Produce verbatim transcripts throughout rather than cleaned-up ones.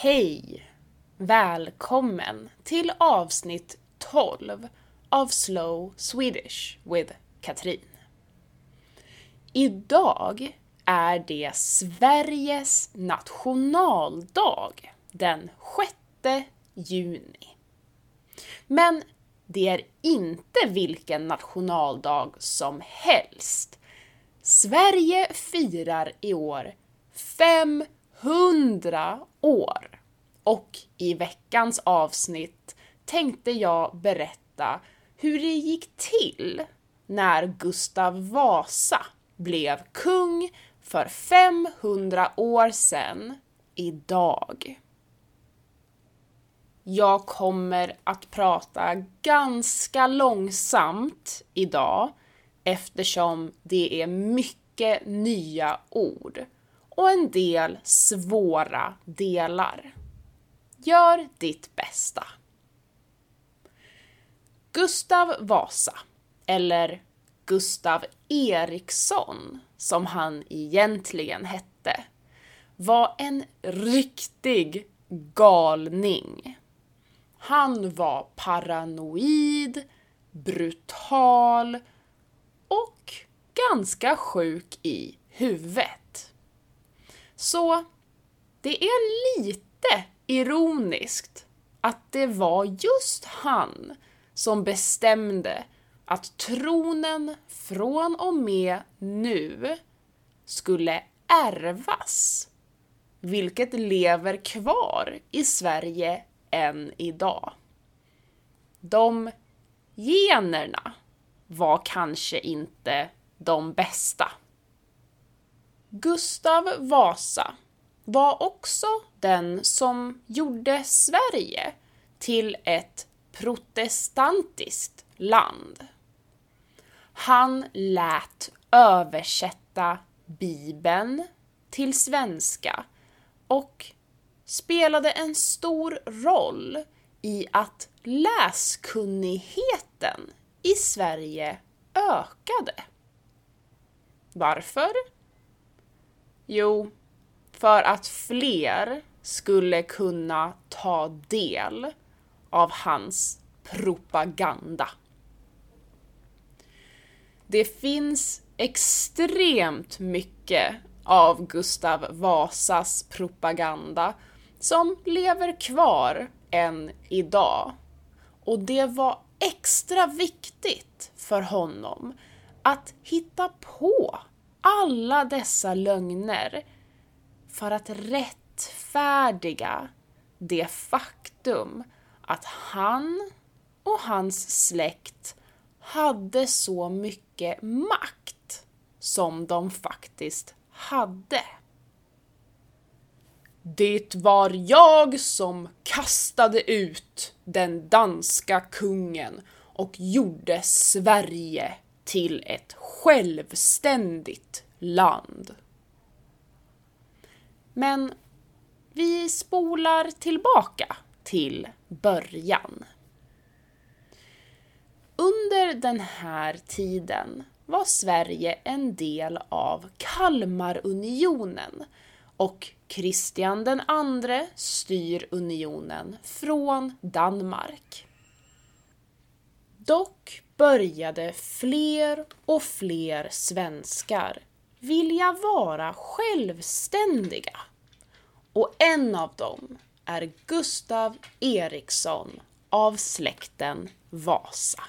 Hej! Välkommen till avsnitt tolv av Slow Swedish with Katrin. Idag är det Sveriges nationaldag den sjätte juni. Men det är inte vilken nationaldag som helst. Sverige firar i år femhundra år. Och i veckans avsnitt tänkte jag berätta hur det gick till när Gustav Vasa blev kung för femhundra år sedan idag. Jag kommer att prata ganska långsamt idag eftersom det är mycket nya ord och en del svåra delar. Gör ditt bästa. Gustav Vasa, eller Gustav Eriksson som han egentligen hette, var en riktig galning. Han var paranoid, brutal och ganska sjuk i huvudet. Så det är lite ironiskt att det var just han som bestämde att tronen från och med nu skulle ärvas, vilket lever kvar i Sverige än idag. De generna var kanske inte de bästa. Gustav Vasa var också den som gjorde Sverige till ett protestantiskt land. Han lät översätta Bibeln till svenska och spelade en stor roll i att läskunnigheten i Sverige ökade. Varför? Jo, för att fler skulle kunna ta del av hans propaganda. Det finns extremt mycket av Gustav Vasas propaganda som lever kvar än idag. Och det var extra viktigt för honom att hitta på alla dessa lögner för att rättfärdiga det faktum att han och hans släkt hade så mycket makt som de faktiskt hade. Det var jag som kastade ut den danska kungen och gjorde Sverige till ett självständigt land. Men vi spolar tillbaka till början. Under den här tiden var Sverige en del av Kalmarunionen och Kristian den andre styr unionen från Danmark. Dock började fler och fler svenskar vilja vara självständiga. Och en av dem är Gustav Eriksson av släkten Vasa.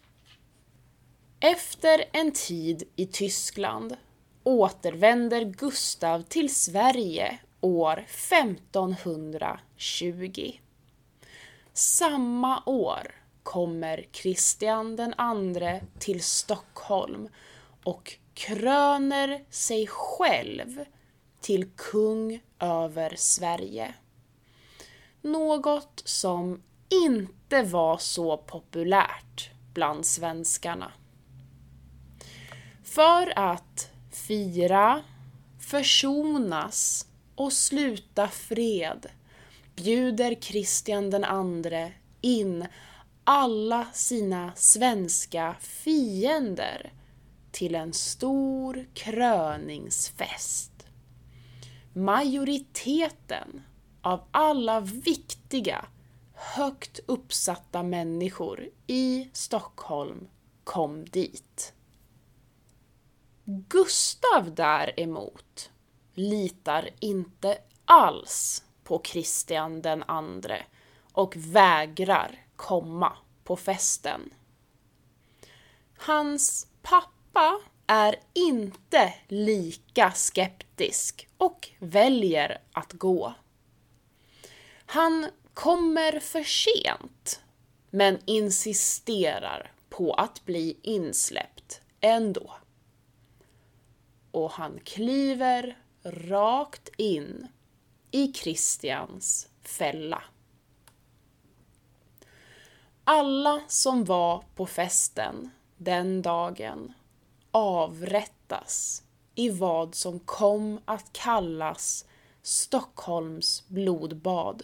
Efter en tid i Tyskland återvänder Gustav till Sverige år femtonhundratjugo. Samma år kommer Kristian den andre till Stockholm och kröner sig själv till kung över Sverige. Något som inte var så populärt bland svenskarna. För att fira, försonas och sluta fred bjuder Kristian den andre in alla sina svenska fiender till en stor kröningsfest. Majoriteten av alla viktiga, högt uppsatta människor i Stockholm kom dit. Gustav däremot litar inte alls på Kristian den andre och vägrar komma på festen. Hans pappa är inte lika skeptisk och väljer att gå. Han kommer för sent, men insisterar på att bli insläppt ändå. Och han kliver rakt in i Kristians fälla. Alla som var på festen den dagen avrättas i vad som kom att kallas Stockholms blodbad.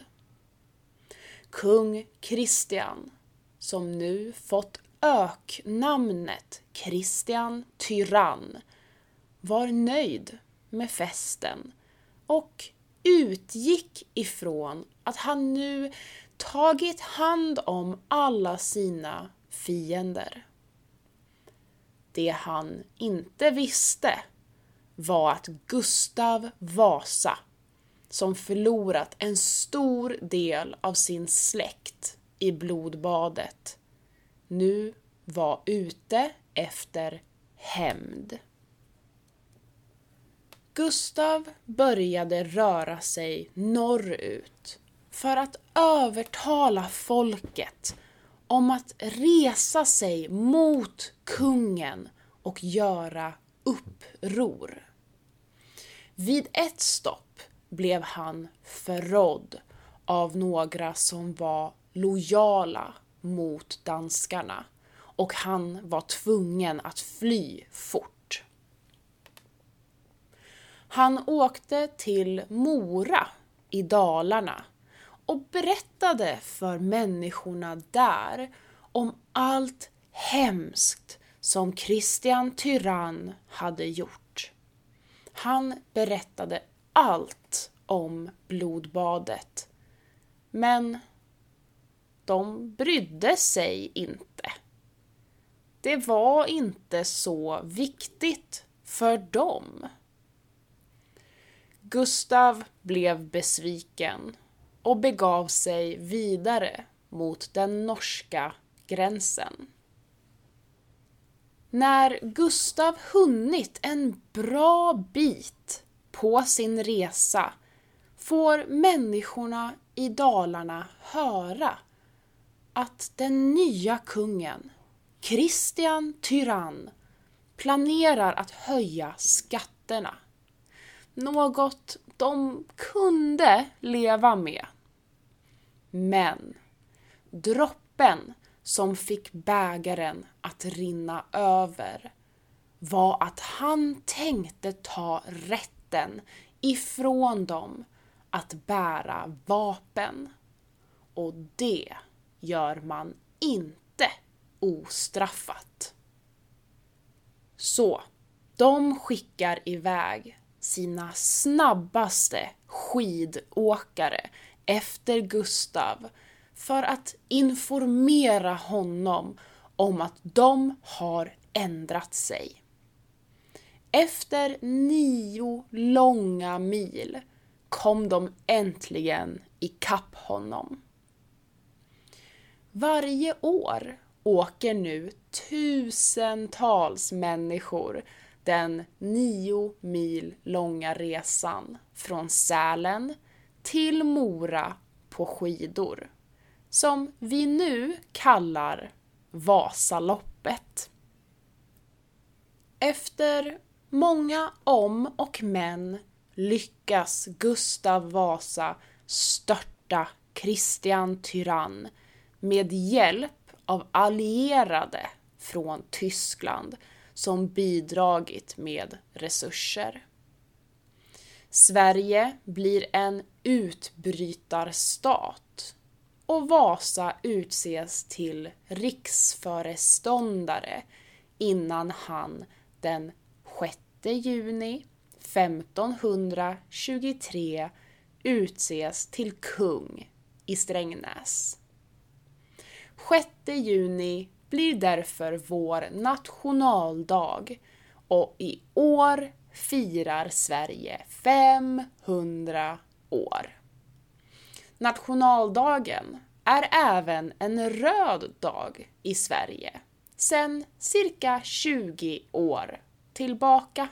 Kung Kristian, som nu fått öknamnet Kristian Tyrann, var nöjd med festen och utgick ifrån att han nu tagit hand om alla sina fiender. Det han inte visste var att Gustav Vasa, som förlorat en stor del av sin släkt i blodbadet, nu var ute efter hämnd. Gustav började röra sig norrut för att övertala folket om att resa sig mot kungen och göra uppror. Vid ett stopp blev han förrådd av några som var lojala mot danskarna och han var tvungen att fly fort. Han åkte till Mora i Dalarna och berättade för människorna där om allt hemskt som Kristian Tyrann hade gjort. Han berättade allt om blodbadet, men de brydde sig inte. Det var inte så viktigt för dem. Gustav blev besviken och begav sig vidare mot den norska gränsen. När Gustav hunnit en bra bit på sin resa får människorna i Dalarna höra att den nya kungen, Kristian Tyrann, planerar att höja skatterna. Något de kunde leva med. Men droppen som fick bägaren att rinna över var att han tänkte ta rätten ifrån dem att bära vapen. Och det gör man inte ostraffat. Så de skickar iväg sina snabbaste skidåkare efter Gustav för att informera honom om att de har ändrat sig. Efter nio långa mil kom de äntligen ikapp honom. Varje år åker nu tusentals människor den nio mil långa resan från Sälen till Mora på skidor, som vi nu kallar Vasaloppet. Efter många om och men lyckas Gustav Vasa störta Kristian Tyrann med hjälp av allierade från Tyskland som bidragit med resurser. Sverige blir en utbrytarstat och Vasa utses till riksföreståndare innan han den sjätte juni femtonhundratjugotre utses till kung i Strängnäs. sjätte juni blir därför vår nationaldag och i år firar Sverige femhundra år. Nationaldagen är även en röd dag i Sverige sedan cirka tjugo år tillbaka.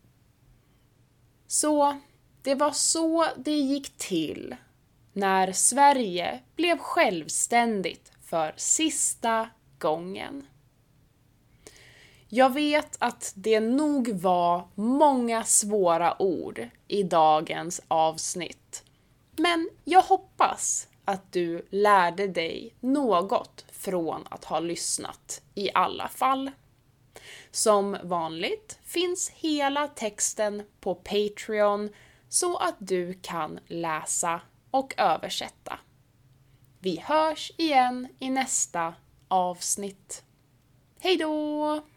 Så det var så det gick till när Sverige blev självständigt för sista gången. Jag vet att det nog var många svåra ord i dagens avsnitt. Men jag hoppas att du lärde dig något från att ha lyssnat i alla fall. Som vanligt finns hela texten på Patreon så att du kan läsa och översätta. Vi hörs igen i nästa avsnitt. Hej då!